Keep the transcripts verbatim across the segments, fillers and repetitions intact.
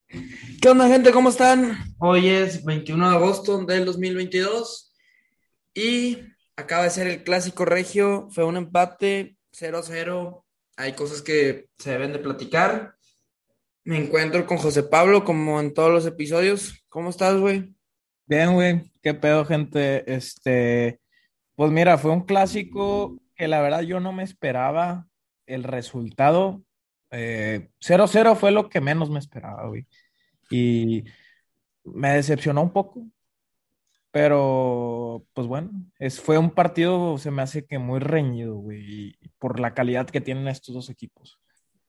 ¿Qué onda, gente? ¿Cómo están? Hoy es veintiuno de agosto del dos mil veintidós y acaba de ser el clásico regio. Fue un empate cero cero. Hay cosas que se deben de platicar. Me encuentro con José Pablo, como en todos los episodios. ¿Cómo estás, güey? Bien, güey, qué pedo, gente. Este, pues mira, fue un clásico que la verdad yo no me esperaba el resultado. Eh, cero 0 fue lo que menos me esperaba, güey. Y me decepcionó un poco, pero pues bueno, es, fue un partido, se me hace que muy reñido, güey, y por la calidad que tienen estos dos equipos.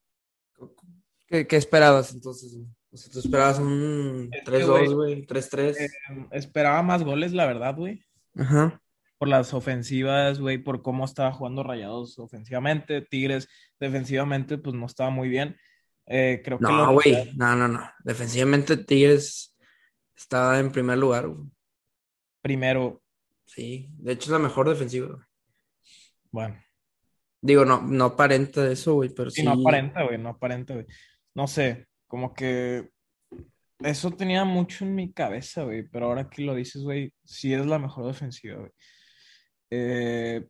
¿Qué, qué esperabas entonces, güey? O sea, ¿tú esperabas un Es que, tres güey, dos, güey? tres eh, tres. esperaba más goles, la verdad, güey. Ajá. Por las ofensivas, güey, por cómo estaba jugando Rayados ofensivamente. Tigres defensivamente, pues no estaba muy bien. Eh, creo que los No, güey. No, no, no. Defensivamente Tigres estaba en primer lugar, güey. primero, Sí. De hecho, es la mejor defensiva. bueno, Digo, no, no aparenta eso, güey, pero sí, no sí. aparenta, güey, no aparenta, güey. No sé, como que eso tenía mucho en mi cabeza, güey, pero ahora que lo dices, güey, sí es la mejor defensiva, güey. Eh,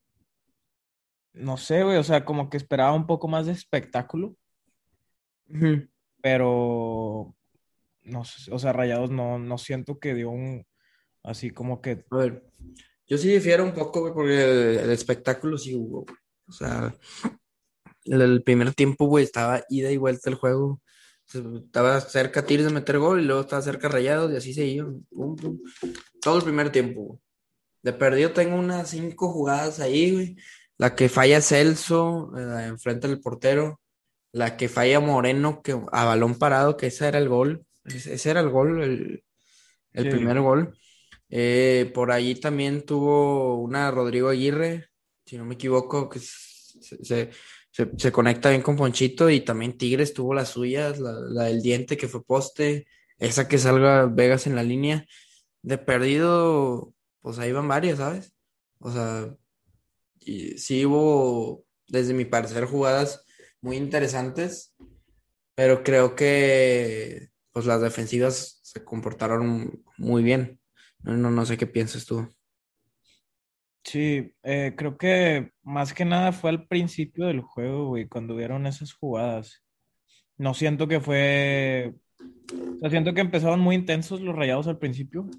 no sé, güey, o sea, como que esperaba un poco más de espectáculo, Ujú. pero no sé, o sea, Rayados no, no siento que dio un, así como que, A ver, yo sí difiero un poco, güey, porque el, el espectáculo sí hubo, güey. O sea, el, el primer tiempo, güey, estaba ida y vuelta el juego. Se- Estaba cerca Tigres de meter gol y luego estaba cerca Rayados y así se iban. Pum, pum. Todo el primer tiempo, güey. De perdido tengo unas cinco jugadas ahí, güey. La que falla Celso, eh, enfrente del portero. La que falla Moreno, que a balón parado, que ese era el gol. Ese, ese era el gol, el, el sí, primer gol. Eh, por ahí también tuvo una Rodrigo Aguirre, si no me equivoco, que se, se, se- se conecta bien con Ponchito. Y también Tigres tuvo las suyas, la, la del diente que fue poste, esa que salga Vegas en la línea. De perdido, pues ahí van varias, ¿sabes? O sea, y sí hubo, desde mi parecer, jugadas muy interesantes, pero creo que pues las defensivas se comportaron muy bien. No, no, no sé qué piensas tú. sí, eh, creo que más que nada fue al principio del juego, güey, cuando vieron esas jugadas. No siento que fue, o sea, siento que empezaron muy intensos los Rayados al principio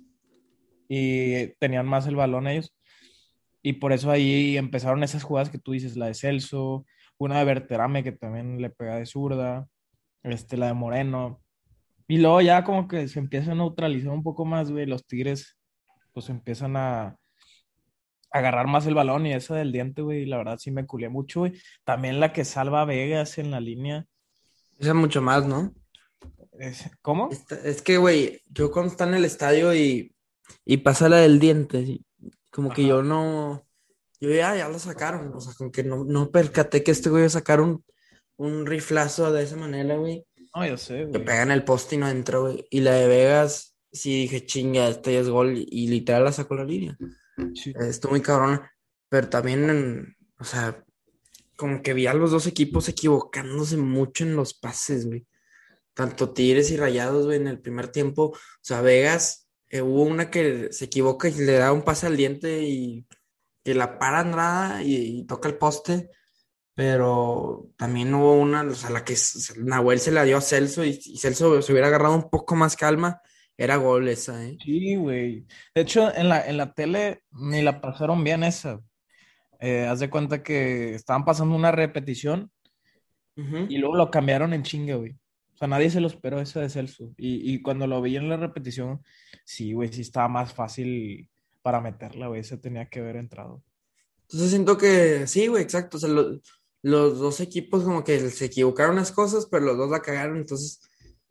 y tenían más el balón ellos. Y por eso ahí empezaron esas jugadas que tú dices, la de Celso, una de Berterame que también le pega de zurda, este, la de Moreno. Y luego ya como que se empieza a neutralizar un poco más, güey, los Tigres pues empiezan a agarrar más el balón y esa del diente, güey, la verdad sí me culé mucho, güey. También la que salva a Vegas en la línea. Esa mucho más, ¿no? Es- ¿cómo? Esta- es que, güey, yo cuando está en el estadio y, y pasa la del diente, sí, como que yo Ajá. no, yo ya, ya lo sacaron, o sea, como que no, no percaté que este güey iba a sacar un, un riflazo de esa manera, güey, No, yo sé, que güey. pega en el poste y no entra, güey. Y la de Vegas, sí dije, chinga, este ya es gol, y literal la sacó la línea. Sí. Eh, Estuvo muy cabrón, pero también, en- o sea, como que vi a los dos equipos equivocándose mucho en los pases, güey. Tanto Tigres y Rayados, güey, en el primer tiempo. O sea, Vegas, eh, hubo una que se equivoca y le da un pase al diente y que la para nada y, y toca el poste. Pero también hubo una, o sea, la que s- Nahuel se la dio a Celso y, y Celso se hubiera agarrado un poco más calma. Era gol esa, ¿eh? Sí, güey. De hecho, en la, en la tele ni la pasaron bien esa. Eh, haz de cuenta que estaban pasando una repetición Ujú. y luego lo cambiaron en chinga, güey. O sea, nadie se lo esperó esa de Celso. Y, y cuando lo vi en la repetición, sí, güey, sí estaba más fácil para meterla, güey. Ese tenía que haber entrado. Entonces siento que sí, güey, exacto. O sea, lo- los dos equipos como que se equivocaron unas cosas, pero los dos la cagaron. Entonces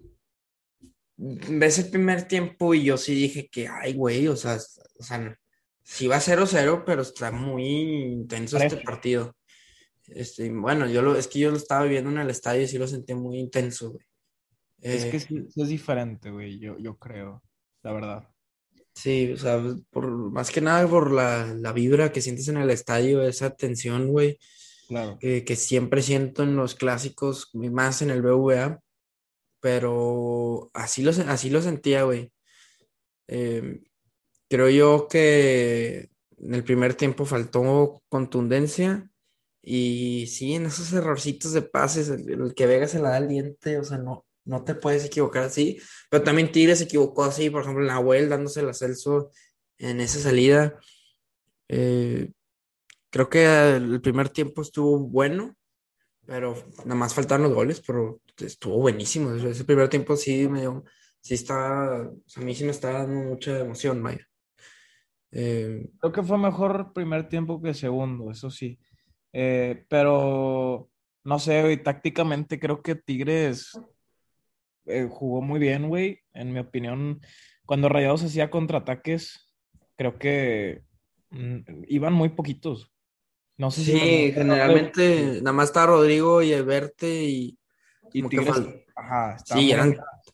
ves el primer tiempo y yo sí dije que, ay, güey, o sea, s- o sea, sí va cero cero pero está muy intenso este Parejo. partido. Este, bueno, yo lo, es que yo lo estaba viendo en el estadio y sí lo sentí muy intenso, güey. Es Eh, que sí, sí es diferente, güey, yo, yo creo, la verdad. sí, o sea, por, más que nada por la, la vibra que sientes en el estadio, esa tensión, güey, Claro. que, que siempre siento en los clásicos, y más en el B B V A. pero así lo, se- así lo sentía, güey. Eh, Creo yo que en el primer tiempo faltó contundencia y sí, en esos errorcitos de pases, el, el que Vega se la da al diente, o sea, no, no te puedes equivocar así, pero también Tigres se equivocó así, por ejemplo, Nahuel dándose a Celso en esa salida. Eh, Creo que el primer tiempo estuvo bueno, pero nada más faltaron los goles, pero estuvo buenísimo. Ese primer tiempo sí me dio, sí está, o sea, a mí sí me está dando mucha emoción, vaya. Eh, Creo que fue mejor primer tiempo que segundo, eso sí. Eh, pero no sé, güey, tácticamente creo que Tigres eh, jugó muy bien, güey. En mi opinión, cuando Rayados hacía contraataques, creo que mm, iban muy poquitos. No sé si los sí, generalmente nada más está Rodrigo y Everte y y como que Tigres, falta. ajá, estaba Sí, muy eran, atrás.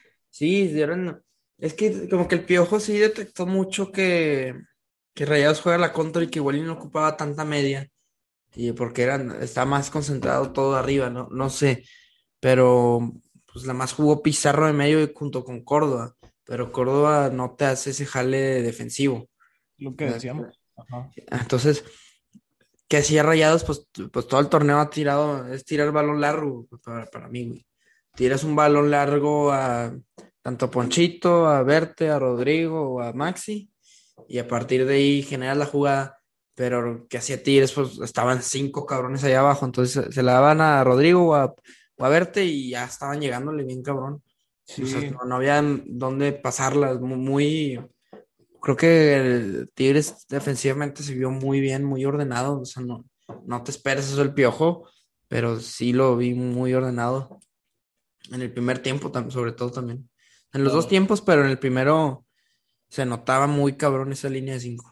sí, eran, es que como que el Piojo sí detectó mucho que, que Rayados juega la contra y que igual y no ocupaba tanta media. Y porque eran, está más concentrado todo arriba, no, no sé. Pero pues la más jugó Pizarro de medio y junto con Córdoba. Pero Córdoba no te hace ese jale defensivo. Lo que ¿Verdad? decíamos. Ajá. Entonces, ¿qué hacía Rayados? Pues, pues todo el torneo ha tirado, es tirar balón largo para, para mí, güey. Tiras un balón largo a tanto a Ponchito, a Verte, a Rodrigo o a Maxi, y a partir de ahí generas la jugada. Pero que hacía Tigres, pues estaban cinco cabrones allá abajo, entonces se, se la daban a Rodrigo o a, o a Verte y ya estaban llegándole bien cabrón. O sea, Sí, no, no había dónde pasarlas, muy, muy- creo que el Tigres defensivamente se vio muy bien, muy ordenado, o sea, no, no te esperes eso del Piojo, pero sí lo vi muy ordenado en el primer tiempo, tam- sobre todo también. En los dos claro. tiempos, pero en el primero se notaba muy cabrón esa línea de cinco.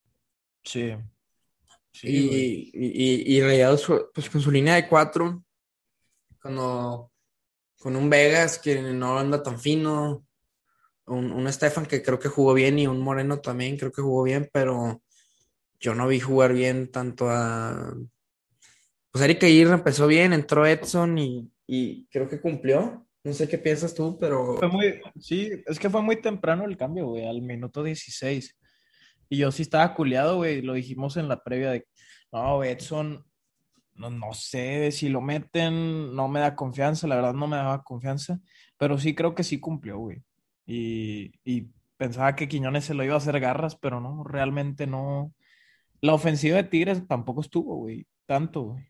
Sí, sí, güey. Y, y, y Rayados, pues con su línea de cuatro, cuando, con un Vegas que no anda tan fino, un, un Estefan que creo que jugó bien y un Moreno también creo que jugó bien, pero yo no vi jugar bien tanto a... Pues Eric Aguirre empezó bien, entró Edson y, y creo que cumplió. No sé qué piensas tú, Fue pero muy, sí, es que fue muy temprano el cambio, güey, al minuto dieciséis. Y yo sí estaba culiado, güey, lo dijimos en la previa de, no, Edson, no, no sé si lo meten, no me da confianza, la verdad no me daba confianza, pero sí creo que sí cumplió, güey. Y, y pensaba que Quiñones se lo iba a hacer garras, pero no, realmente no. La ofensiva de Tigres tampoco estuvo, güey, tanto, güey.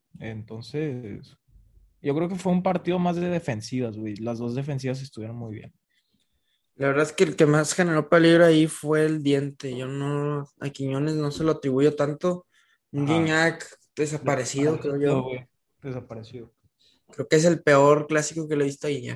Entonces, yo creo que fue un partido más de defensivas, güey. Las dos defensivas estuvieron muy bien. la verdad es que el que más generó peligro ahí fue el Diente. Yo no, a Quiñones no se lo atribuyo tanto. Un Ajá. Guiñac desaparecido, creo Desaparecido, yo. güey. Desaparecido. Creo que es el peor clásico que le he visto a Guiñac.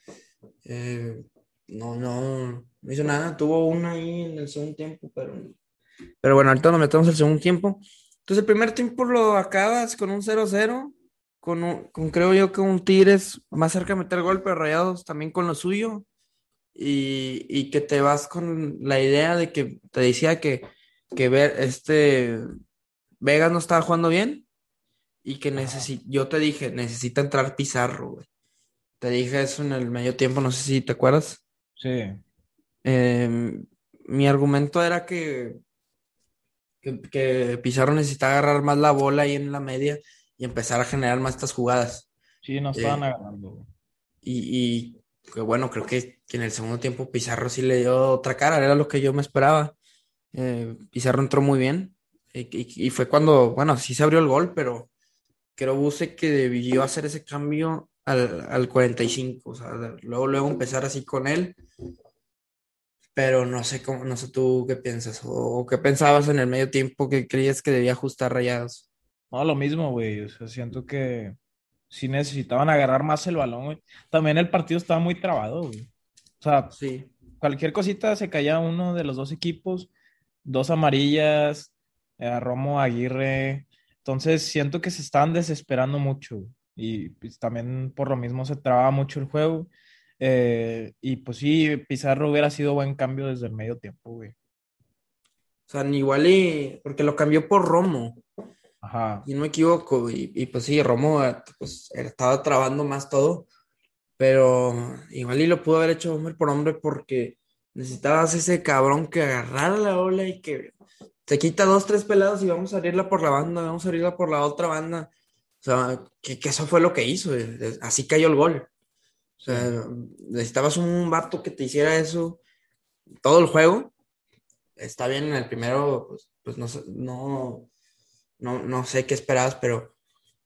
Eh, no, no, no hizo nada. Tuvo una ahí en el segundo tiempo, pero, pero bueno, ahorita nos metemos al segundo tiempo. Entonces, el primer tiempo lo acabas con un cero cero, con, un- con creo yo que un Tigres más cerca de meter gol, pero Rayados también con lo suyo. Y, y que te vas con la idea de que te decía que, que ver este Vegas no estaba jugando bien y que Ajá. necesi- yo te dije, necesita entrar Pizarro, güey. Te dije eso en el medio tiempo, no sé si te acuerdas. Sí. Eh, Mi argumento era que, que, que Pizarro necesita agarrar más la bola ahí en la media y empezar a generar más estas jugadas. Sí, no estaban Eh, agarrando, güey. y, y que bueno, creo que, que en el segundo tiempo Pizarro sí le dio otra cara, era lo que yo me esperaba. Eh, Pizarro entró muy bien y, y- y fue cuando, bueno, sí se abrió el gol, pero creo Buse que debió hacer ese cambio al, al cuarenta y cinco, o sea, luego, luego empezar así con él, pero no sé cómo, no sé tú qué piensas o, o qué pensabas en el medio tiempo que creías que debía ajustar Rayados. No, lo mismo, güey. O sea, siento que sí necesitaban agarrar más el balón, güey. También el partido estaba muy trabado, güey. O sea, Sí, cualquier cosita se caía uno de los dos equipos, dos amarillas, eh, Romo, Aguirre. Entonces siento que se estaban desesperando mucho, güey. Y pues, también por lo mismo se trababa mucho el juego. Eh, y pues sí, Pizarro hubiera sido buen cambio desde el medio tiempo, güey. o sea, ni igual y, porque lo cambió por Romo, Ajá. y no me equivoco, y, y pues sí, Romo eh, pues, estaba trabando más todo. pero igual y lo pudo haber hecho hombre por hombre porque necesitabas ese cabrón que agarrara la ola y que se quita dos, tres pelados y vamos a abrirla por la banda, vamos a abrirla por la otra banda. O sea, que, que eso fue lo que hizo, eh, así cayó el gol. O Sí. sea, necesitabas un vato que te hiciera eso todo el juego. Está bien, en el primero, pues, pues no, sé- no, no, no sé qué esperabas, pero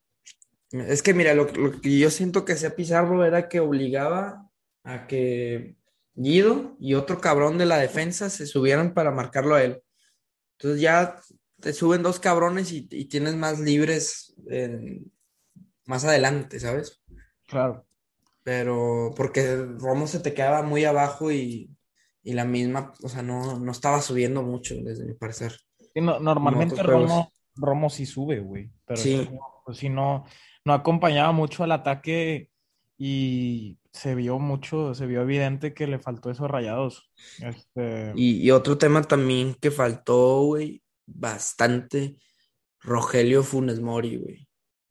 es que mira, lo, lo que yo siento que hacía Pizarro era que obligaba a que Guido y otro cabrón de la defensa se subieran para marcarlo a él. Entonces ya te suben dos cabrones y, y tienes más libres en- más adelante, ¿sabes? Claro. Pero porque Romo se te quedaba muy abajo y, y la misma, o sea, no, no estaba subiendo mucho, desde mi parecer, Sí, no- como otros normalmente juegos. Romo, Romo sí sube, güey, pero este Sí, juego, pues sí no, no acompañaba mucho al ataque y se vio mucho, se vio evidente que le faltó esos rayados. Este, y, y otro tema también que faltó, güey, bastante, Rogelio Funes Mori, güey.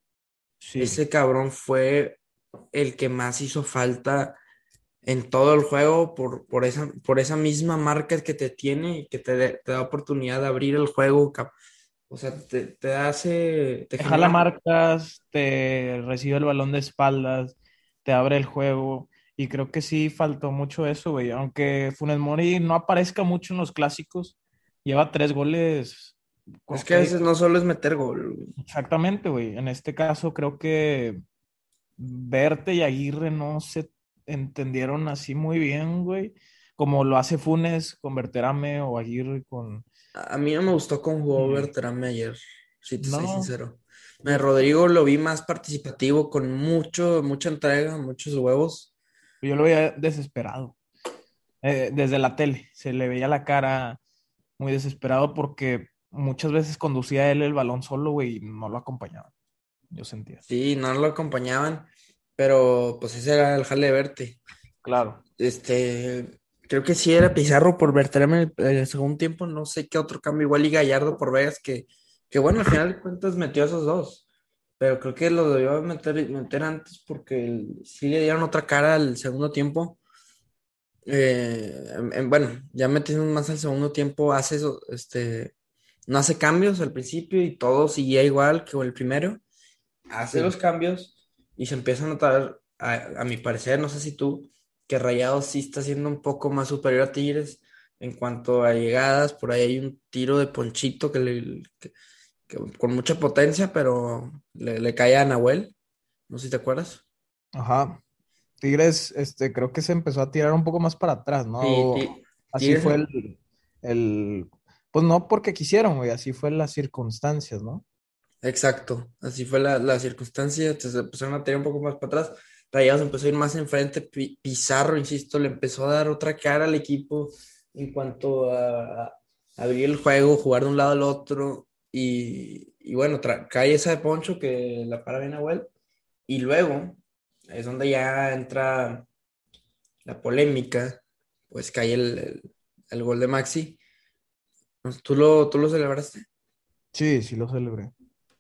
sí. Ese cabrón fue el que más hizo falta en todo el juego por, por esa, por esa misma marca que te tiene y que te, de- te da oportunidad de abrir el juego. cap- O sea, te, te hace, te Te jala genera. marcas, te recibe el balón de espaldas, te abre el juego. Y creo que sí faltó mucho eso, güey. Aunque Funes Mori no aparezca mucho en los clásicos, lleva tres goles. Es Ok, que a veces no solo es meter gol, güey. exactamente, güey. En este caso creo que Verte y Aguirre no se entendieron así muy bien, güey. Como lo hace Funes con Berterame o Aguirre con... A, a mí no me gustó cómo jugó Mm, Berterame ayer, si te soy no, sincero. Me yo, Rodrigo lo vi más participativo, con mucho, mucha entrega, muchos huevos. yo lo veía desesperado. Eh, desde la tele se le veía la cara muy desesperado porque muchas veces conducía él el balón solo, güey, y no lo acompañaba. Yo sentía. Sí, no lo acompañaban, pero pues ese era el jale de Verte. Claro. Este, creo que sí era Pizarro por Berterame en el, en el segundo tiempo, no sé qué otro cambio, igual y Gallardo por Vegas, que, que bueno, al final de cuentas metió a esos dos, pero creo que lo debió meter, meter antes porque el- sí le dieron otra cara al segundo tiempo. Eh, en- en- bueno, ya metiendo más al segundo tiempo, hace eso, este, no hace cambios al principio y todo seguía igual que el primero, hace Sí. los cambios y se empieza a notar, a, a mi parecer, no sé si tú, que Rayados sí está siendo un poco más superior a Tigres en cuanto a llegadas. Por ahí hay un tiro de Ponchito que, le, que- que con mucha potencia, pero le, le cae a Nahuel, no sé si te acuerdas. Ajá. Tigres, este, creo que se empezó a tirar un poco más para atrás, ¿no? Sí, O Ti- así Tigres, fue el, el, pues no porque quisieron, güey, así fue las circunstancias, ¿no? exacto, así fue la, la circunstancia, se empezaron a tirar un poco más para atrás. Rayados empezó a ir más enfrente, Pi- Pizarro, insisto, le empezó a dar otra cara al equipo en cuanto a, a abrir el juego, jugar de un lado al otro, y, y bueno, tra- cae esa de Poncho que la para bien Nahuel, y luego es donde ya entra la polémica, pues cae el, el, el gol de Maxi. ¿Tú lo, tú lo celebraste? Sí, sí lo celebré.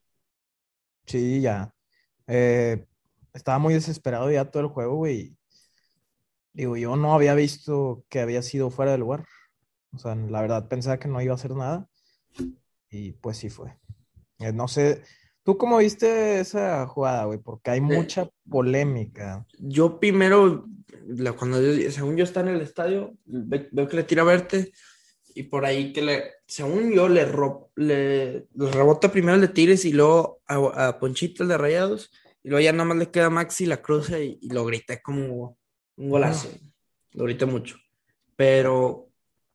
Sí, ya. Eh, estaba muy desesperado ya todo el juego, güey. Digo, yo no había visto que había sido fuera de lugar. O sea, la verdad pensaba que no iba a hacer nada y pues sí fue. Eh, no sé, ¿tú cómo viste esa jugada, güey? Porque hay Eh, mucha polémica. Yo primero, la- cuando yo- según yo está en el estadio, ve- veo que le tira a Verte y por ahí que le, según yo, le, ro- le, le rebota primero el de Tigres y luego a, a Ponchito el de Rayados y luego ya nada más le queda a Maxi, la cruza y, y lo grita como un Ujú. golazo, lo grita mucho. Pero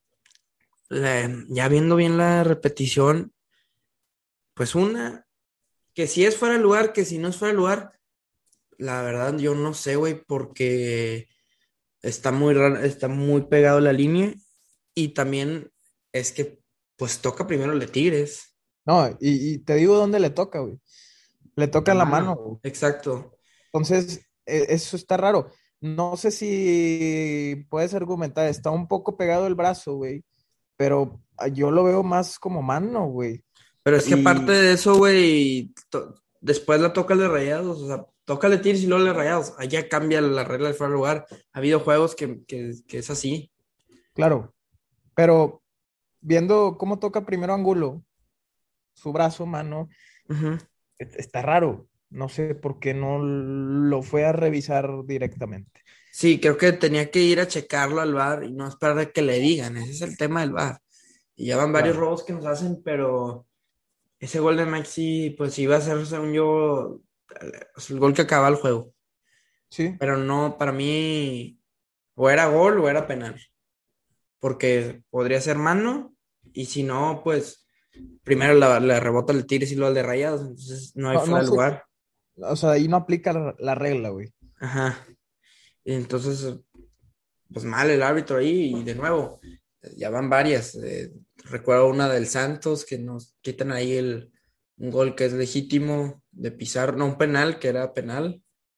la- ya viendo bien la repetición, pues una, que si es fuera de lugar, que si no es fuera de lugar, la verdad yo no sé, güey, porque está muy raro, está muy pegado a la línea y también es que pues toca primero el de Tigres, No, y, y te digo dónde le toca, güey. Le toca la en la mano, mano, güey. exacto. Entonces, e- eso está raro. No sé si puedes argumentar, está un poco pegado el brazo, güey, pero ah, yo lo veo más como mano, güey. Pero es que aparte Y de eso, güey, to- después la toca el de Rayados, o sea, tócale tiros y luego le rayados. Allá cambia la regla del fuera de lugar. Ha habido juegos que, que, que es así. Claro, pero viendo cómo toca primero Angulo, su brazo, mano, Ujú. es- está raro. No sé por qué no lo fue a revisar directamente. Sí, creo que tenía que ir a checarlo al bar y no esperar a que le digan. Ese es el tema del bar. Y ya van varios Claro. robos que nos hacen, pero ese gol de Maxi, pues iba a ser, según yo, el gol que acaba el juego. Sí. Pero no, para mí, o era gol o era penal. Porque podría ser mano, y si no, pues primero la- le rebota el tiro y lo al de rayados, entonces no hay No, fuera no de sé, lugar. o sea, ahí no aplica la, la regla, güey. Ajá. Y entonces, pues mal el árbitro ahí, y de nuevo, ya van varias. Eh, recuerdo una del Santos que nos quitan ahí el, un gol que es legítimo de Pizarro, no un penal, que era penal.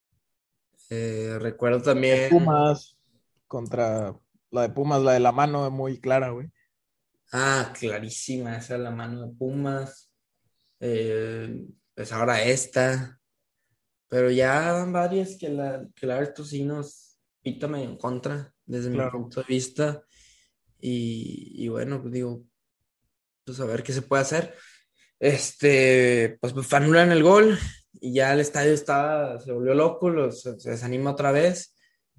Eh, recuerdo De también, Pumas contra la de Pumas, la de la mano, es muy clara, güey. ah, clarísima, esa es la mano de Pumas. Eh, pues ahora esta. Pero ya van varias que la, que el árbitro sí nos pita medio en contra, desde mi Claro. punto de vista. Y, y bueno, pues digo, pues a ver qué se puede hacer. Este, pues, pues anulan el gol y ya el estadio estaba, se volvió loco, los, se, se desanima otra vez.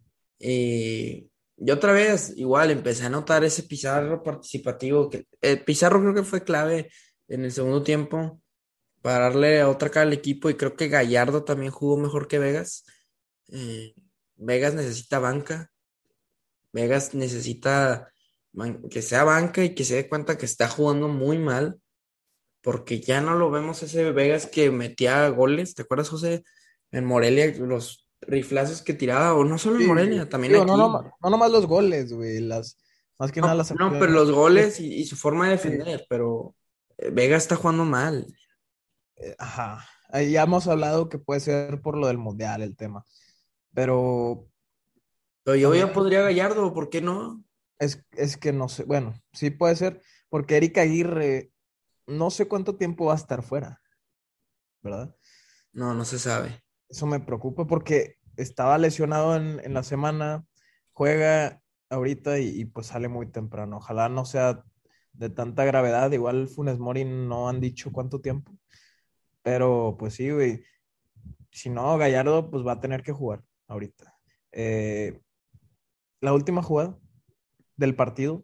Y, y otra vez, igual, empecé a notar ese Pizarro participativo. Que, eh, Pizarro creo que fue clave en el segundo tiempo para darle a otra cara al equipo, y creo que Gallardo también jugó mejor que Vegas. Eh, Vegas necesita banca, Vegas necesita ban- que sea banca y que se dé cuenta que está jugando muy mal, porque ya no lo vemos ese Vegas que metía goles. ¿Te acuerdas, José? En Morelia, los riflazos que tiraba, o no solo en Sí, Morelia, también digo, no, no, aquí. no nomás los goles, güey, las, más que nada No, las no, pero acciones. los goles y, y su forma de Sí, defender, pero eh, Vegas está jugando mal. eh, ajá. Ahí ya hemos hablado que puede ser por lo del mundial el tema, pero Pero yo también ya podría Gallardo, ¿por qué no? es, es que no sé, bueno, sí puede ser, porque Erika Aguirre no sé cuánto tiempo va a estar fuera, ¿verdad? No, no se sabe. Eso me preocupa porque estaba lesionado en, en la semana, juega ahorita y, y, pues sale muy temprano. Ojalá no sea de tanta gravedad. Igual Funes Mori no han dicho cuánto tiempo, pero pues sí, güey. Si no, Gallardo pues va a tener que jugar ahorita. Eh, la última jugada del partido,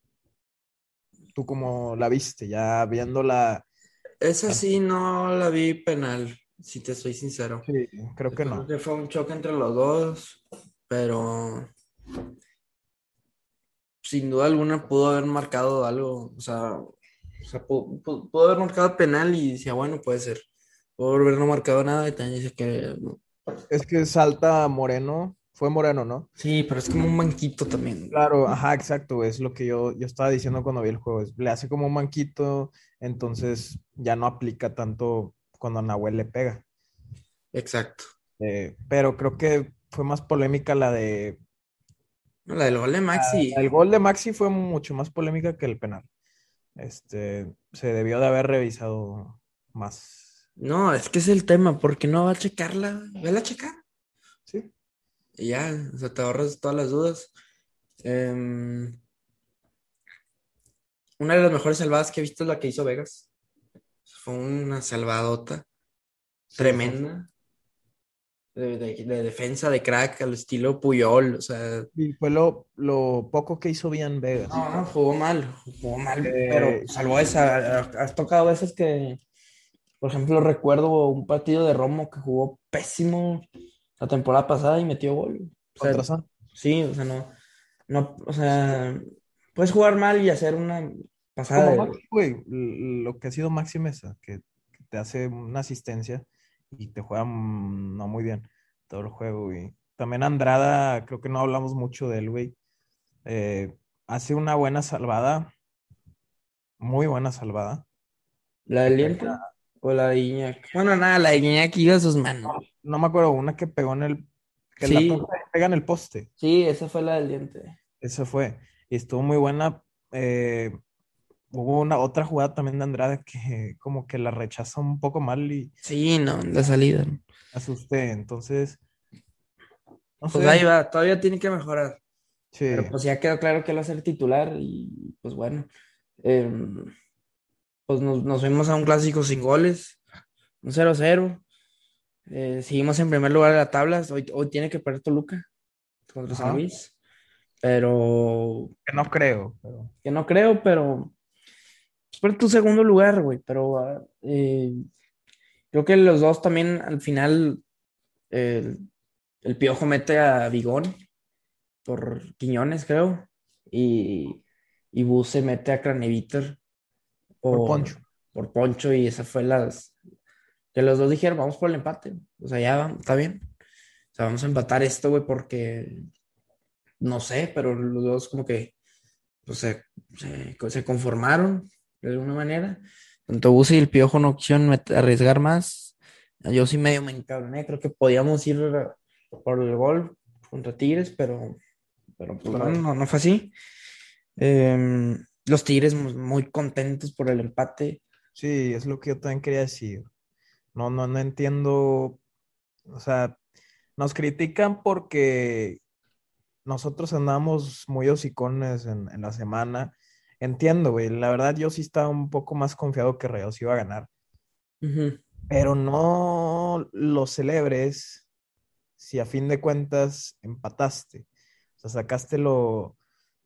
¿tú cómo la viste? Ya viéndola. Esa la- sí no la vi penal, si te soy sincero. Sí, creo que Creo no. que fue un choque entre los dos, pero sin duda alguna pudo haber marcado algo. O sea, o sea, pu- pu- pudo, haber marcado penal y decía, bueno, puede ser. Pudo haber no marcado nada y también dice que no. Es que salta Moreno, fue Moreno, ¿no? Sí, pero es como un banquito también. Claro, ajá, exacto, es lo que yo, yo estaba diciendo cuando vi el juego, es- le hace como un manquito, entonces ya no aplica tanto cuando a Nahuel le pega. Exacto. Eh, pero creo que fue más polémica la de... No, la del gol de Maxi. El gol de Maxi fue mucho más polémica que el penal. Este, se debió de haber revisado más. No, es que es el tema, porque no va a checarla. Vela a checar. Sí, Y ya, o sea, te ahorras todas las dudas. Em, una de las mejores salvadas que he visto es la que hizo Vegas. Fue una salvadota sí, fue. tremenda de, de- de defensa de crack al estilo Puyol. O sea, Y fue lo, lo poco que hizo bien Vegas. no, no, jugó mal, jugó mal, pero Eh, salvó esa. Has tocado veces que, por ejemplo, recuerdo un partido de Romo que jugó pésimo la temporada pasada y metió gol. O sea, contra San. sí, o sea, no, no, o sea, puedes jugar mal y hacer una pasada Como de. Maxi, güey, l- lo que ha sido Maxi Mesa, que, que te hace una asistencia y te juega mm, no muy bien todo el juego, güey. También Andrada, creo que no hablamos mucho de él, güey. Eh, hace una buena salvada, muy buena salvada, ¿La que del pega, diente? ¿O la de Iñak? Bueno, nada, la de Iñak iba a sus manos. no me acuerdo, una que pegó en el, que la Sí, toca y pega en el poste. sí, esa fue la del diente. Esa fue. Y estuvo muy buena. Eh, hubo una otra jugada también de Andrade que como que la rechaza un poco mal y Sí, no, la salida, ¿no? asusté. Entonces, no Pues ahí sé. va, todavía tiene que mejorar. Pero Sí. pues ya quedó claro que él va a ser titular y pues bueno, em, pues nos, nos fuimos a un clásico sin goles, un cero cero. Eh, seguimos en primer lugar de la tabla. Hoy, hoy tiene que perder Toluca contra San Ajá. Luis, pero Que no creo, pero que no creo, pero espera tu segundo lugar, güey. Pero ah, eh, creo que los dos también al final, eh, el Piojo mete a Vigón por Quiñones, creo, y, y Buse mete a Craneviter por por, Poncho. por Poncho, y esa fue las que los dos dijeron, vamos por el empate. O sea, ya vamos, está bien. O sea, vamos a empatar esto, güey, porque no sé, pero los dos como que pues, se, se, se conformaron de alguna manera. Tanto Buse y el Piojo no quisieron met- arriesgar más. Yo sí medio me encabroné, creo que podíamos ir por el gol contra Tigres, pero, pero pues bueno, Claro. no, no fue así. Eh, los Tigres mu- muy contentos por el empate. Sí, es lo que yo también quería decir. No, no, no entiendo. O sea, nos critican porque nosotros andamos muy hocicones en, en la semana. Entiendo, güey. La verdad, yo sí estaba un poco más confiado que Rayados iba a ganar. Ujú. Pero no lo celebres si a fin de cuentas empataste. O sea, sacaste lo,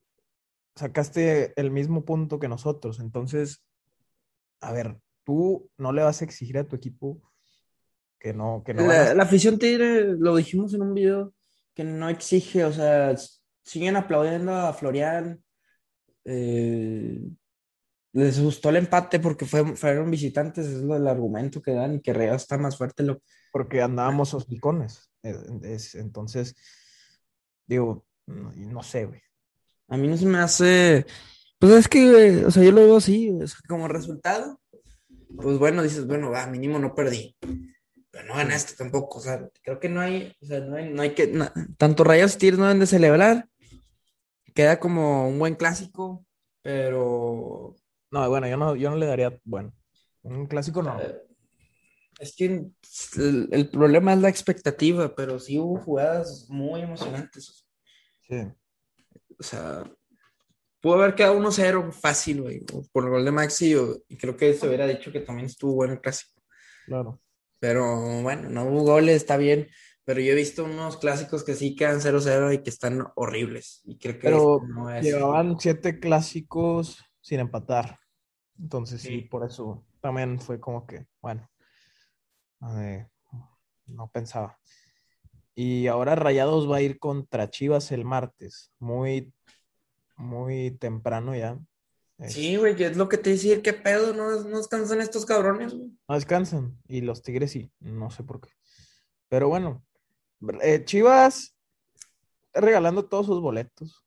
sacaste el mismo punto que nosotros. Entonces, a ver, tú no le vas a exigir a tu equipo que no, que no van a... La, la afición Tigre, lo dijimos en un video, que no exige, o sea, s- siguen aplaudiendo a Florian. eh, Les gustó el empate porque fue- fueron visitantes, es lo del argumento que dan y que Real está más fuerte. Lo, Porque andábamos hocicones. Eh, es- entonces, digo, no, y no sé, güey. a mí no se me hace, pues es que, güey, o sea, yo lo veo así, o sea, como resultado, pues bueno, dices, bueno, va, mínimo no perdí, pero no Sí. ganaste tampoco, o sea, creo que no hay, o sea, no hay, no hay que, na- tanto Rayos y Tigres no deben de celebrar, queda como un buen clásico, pero No, bueno, yo no, yo no le daría, bueno, un clásico no. eh, es que el, el problema es la expectativa, pero sí hubo jugadas muy emocionantes, Sí, o sea, pudo haber quedado uno cero fácil, güey, o por el gol de Maxi, o- y creo que se hubiera dicho que también estuvo bueno el clásico. claro. Pero bueno, no hubo goles, está bien. Pero yo he visto unos clásicos que sí quedan cero cero y que están horribles. Y creo que este Pero no es. llevaban siete clásicos sin empatar. Entonces sí, Sí. por eso también fue como que, bueno, eh, no pensaba. Y ahora Rayados va a ir contra Chivas el martes, muy, muy temprano ya. Sí, Es, güey, que es lo que te decía, qué pedo, no, no descansan estos cabrones, güey. no descansan. Y los Tigres sí, no sé por qué. Pero bueno, eh, Chivas regalando todos sus boletos.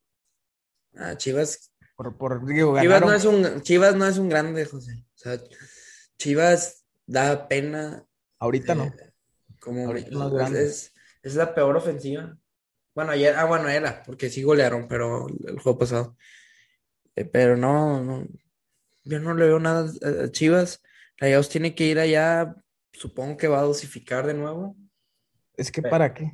Ah, Chivas. Por, por, digo, Chivas no ganaron. es un, Chivas no es un grande, José. O sea, Chivas da pena. Ahorita eh, no. como Ahorita no es es, grande. es, es la peor ofensiva. Bueno, ayer, ah, bueno, era, porque sí golearon, pero el juego pasado. Eh, pero no, no, yo no le veo nada a a Chivas. Rayados tiene que ir allá, supongo que va a dosificar de nuevo. Es que Pe- ¿para qué?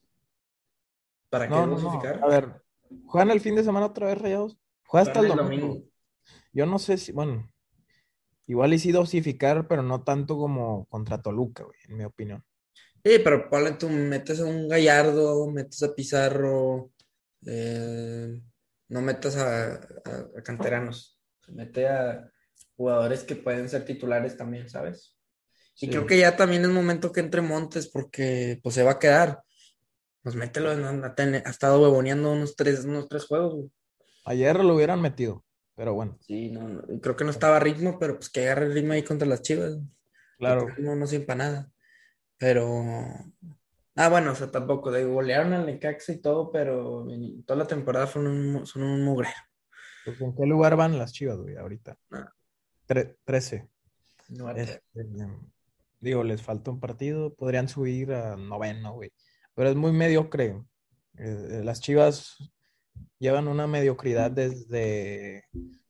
¿Para qué No, no, no. dosificar? A ver, ¿juegan el fin de semana otra vez Rayados? Juega hasta Juegan el el domingo. domingo. Yo no sé si, bueno, igual y sí dosificar, pero no tanto como contra Toluca, güey, en mi opinión. Sí, pero ponle tú, metes a un Gallardo, metes a Pizarro, eh, no metas a, a- a canteranos. Mete a jugadores que pueden ser titulares también, ¿sabes? Y creo Sí. que ya también es momento que entre Montes porque pues se va a quedar. Pues mételo, en- ha, ten- ha estado huevoneando unos tres, unos tres juegos, güey. Ayer lo hubieran metido, pero bueno, Sí, no, no, creo que no estaba a ritmo, pero pues que agarre el ritmo ahí contra las Chivas. Total, claro. no, no sirve para nada. Pero, ah, bueno, o sea, tampoco, de golearon al Necaxa y todo, pero en toda la temporada fueron un, son un mugrero. Pues, ¿en qué lugar van las Chivas, güey, ahorita? No, Tre- trece. no va a Este, tener. digo, les falta un partido, podrían subir a noveno, güey. Pero es muy mediocre. Eh, las Chivas llevan una mediocridad desde.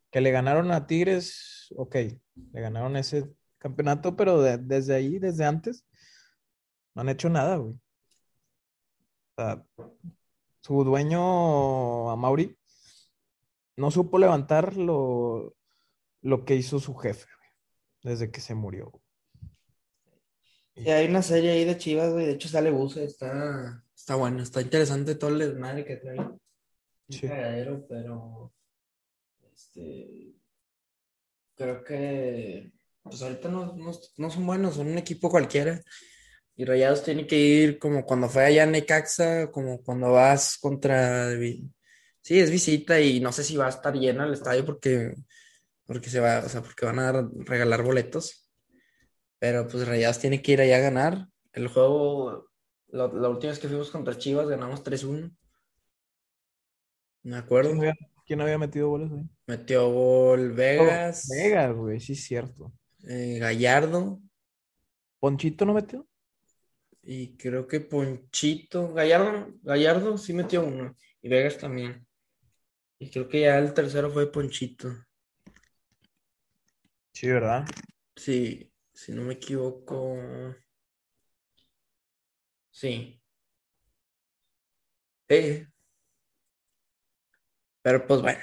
Que le ganaron a Tigres, ok, le ganaron ese campeonato, pero de- desde ahí, desde antes, no han hecho nada, güey. O sea, su dueño, Amauri, no supo levantar lo, lo que hizo su jefe, güey, desde que se murió. Sí, Y hay una serie ahí de Chivas, güey. De hecho, sale Buse. Está, está bueno, está interesante todo el desmadre que trae. Un sí, cagadero, pero este, creo que pues ahorita no, no, no son buenos, son un equipo cualquiera. Y Rayados tiene que ir como cuando fue allá en Necaxa, como cuando vas contra... vi- Sí, es visita y no sé si va a estar lleno el estadio porque, porque se va, o sea, porque van a dar- regalar boletos. Pero pues Rayados tiene que ir allá a ganar. El juego, la, la última vez que fuimos contra Chivas ganamos tres uno, me ¿quién acuerdo. había, quién había metido goles ahí? Metió gol Oh, Vegas, Vegas, güey, sí es cierto. eh, Gallardo ¿Ponchito no metió? y creo que Ponchito. Gallardo, Gallardo sí metió uno y Vegas también. Y creo que ya el tercero fue Ponchito. Sí, ¿verdad? Sí, si no me equivoco. Sí. Eh, pero pues bueno.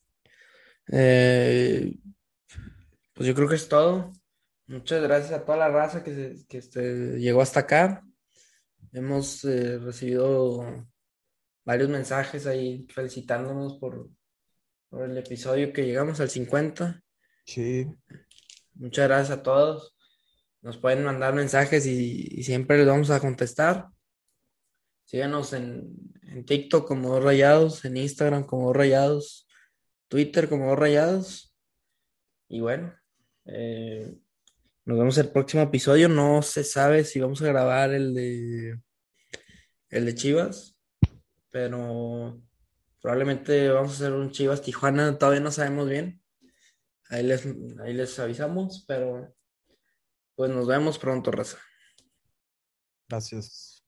Eh, pues yo creo que es todo. Muchas gracias a toda la raza que, se- que este, llegó hasta acá. Hemos eh, recibido varios mensajes ahí felicitándonos por, por el episodio que llegamos al cincuenta. Sí, Muchas gracias a todos. Nos pueden mandar mensajes y, y siempre les vamos a contestar. Síganos en, en TikTok como Dos Rayados, en Instagram como Dos Rayados, Twitter como Dos Rayados. Y bueno, eh, nos vemos el próximo episodio. No se sabe si vamos a grabar el de, el de Chivas, pero probablemente vamos a hacer un Chivas Tijuana. Todavía no sabemos bien. Ahí les, ahí les avisamos, pero pues nos vemos pronto, raza. gracias.